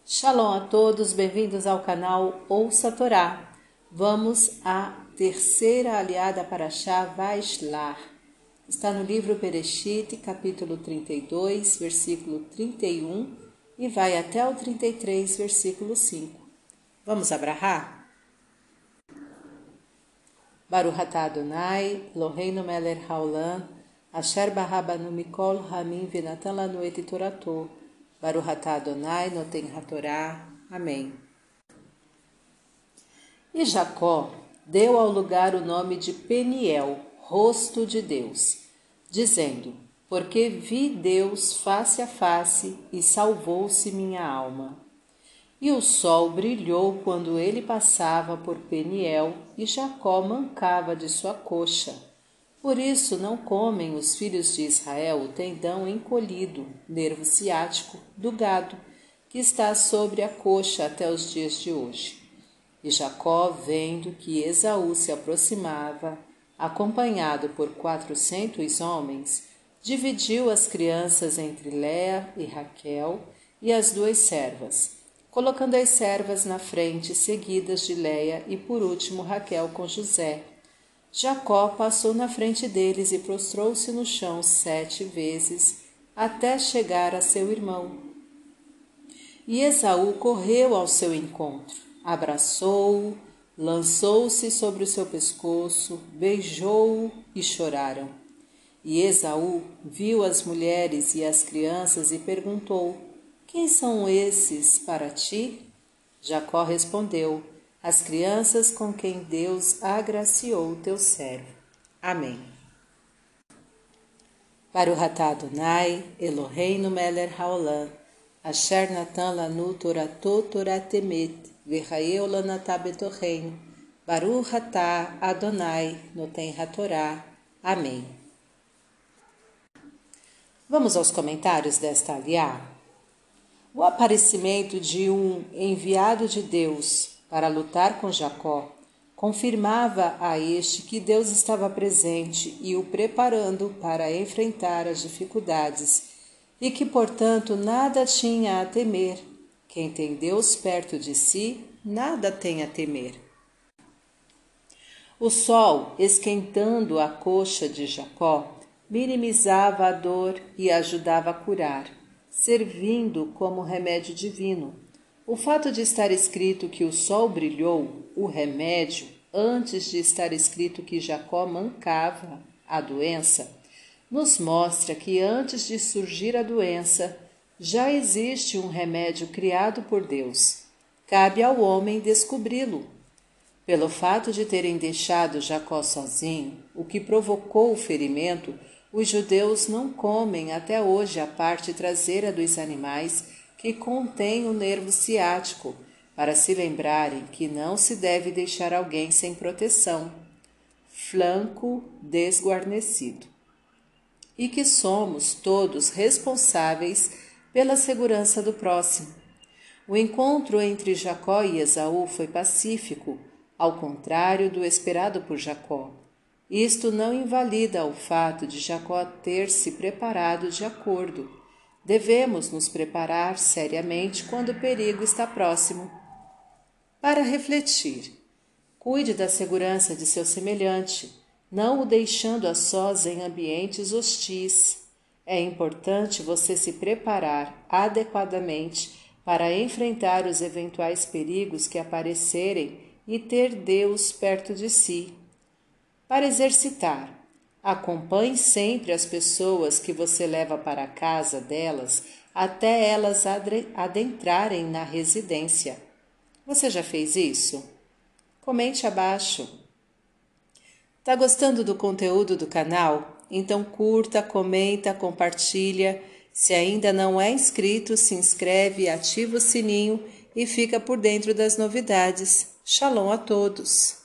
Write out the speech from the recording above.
Shalom a todos, bem-vindos ao canal Ouça a Torá. Vamos à terceira aliada Parashá Vaishlach. Está no livro Bereshit, capítulo 32, versículo 31 e vai até o 33, versículo 5. Vamos abrahar? Baruch atah Adonai, Eloheinu melech haolam, asher bará banu mikol hamim venatan lanu et torato. Baruch atah Adonai noten hatorá. Amém. E Jacó deu ao lugar o nome de Peniel, rosto de Deus, dizendo: porque vi Deus face a face e salvou-se minha alma. E o sol brilhou quando ele passava por Peniel, e Jacó mancava de sua coxa. Por isso não comem os filhos de Israel o tendão encolhido, nervo ciático, do gado, que está sobre a coxa até os dias de hoje. E Jacó, vendo que Esaú se aproximava, acompanhado por 400 homens, dividiu as crianças entre Léa e Raquel e as duas servas, colocando as servas na frente, seguidas de Léa e por último Raquel com José. Jacó passou na frente deles e prostrou-se no chão 7 vezes, até chegar a seu irmão. E Esaú correu ao seu encontro, abraçou-o, lançou-se sobre o seu pescoço, beijou-o e choraram. E Esaú viu as mulheres e as crianças e perguntou: quem são esses para ti? Jacó respondeu: as crianças com quem Deus agraciou teu servo. Amém. Baruch atah Adonai, Eloheinu melech haolam, asher natan lanu torato torat emet, v'chayei olam atah betorreinu. Baruch atah Adonai noten hatorá. Amém. Vamos aos comentários desta aliá. O aparecimento de um enviado de Deus para lutar com Jacó confirmava a este que Deus estava presente e o preparando para enfrentar as dificuldades e que, portanto, nada tinha a temer. Quem tem Deus perto de si, nada tem a temer. O sol, esquentando a coxa de Jacó, minimizava a dor e ajudava a curar, servindo como remédio divino. O fato de estar escrito que o sol brilhou, o remédio, antes de estar escrito que Jacó mancava a doença, nos mostra que antes de surgir a doença, já existe um remédio criado por Deus. Cabe ao homem descobri-lo. Pelo fato de terem deixado Jacó sozinho, o que provocou o ferimento, os judeus não comem até hoje a parte traseira dos animais que contém o nervo ciático, para se lembrarem que não se deve deixar alguém sem proteção, flanco desguarnecido, e que somos todos responsáveis pela segurança do próximo. O encontro entre Jacó e Esaú foi pacífico, ao contrário do esperado por Jacó. Isto não invalida o fato de Jacó ter se preparado de acordo. Devemos nos preparar seriamente quando o perigo está próximo. Para refletir, cuide da segurança de seu semelhante, não o deixando a sós em ambientes hostis. É importante você se preparar adequadamente para enfrentar os eventuais perigos que aparecerem e ter Deus perto de si. Para exercitar, acompanhe sempre as pessoas que você leva para a casa delas até elas adentrarem na residência. Você já fez isso? Comente abaixo. Tá gostando do conteúdo do canal? Então curta, comenta, compartilha. Se ainda não é inscrito, se inscreve, ativa o sininho e fica por dentro das novidades. Shalom a todos!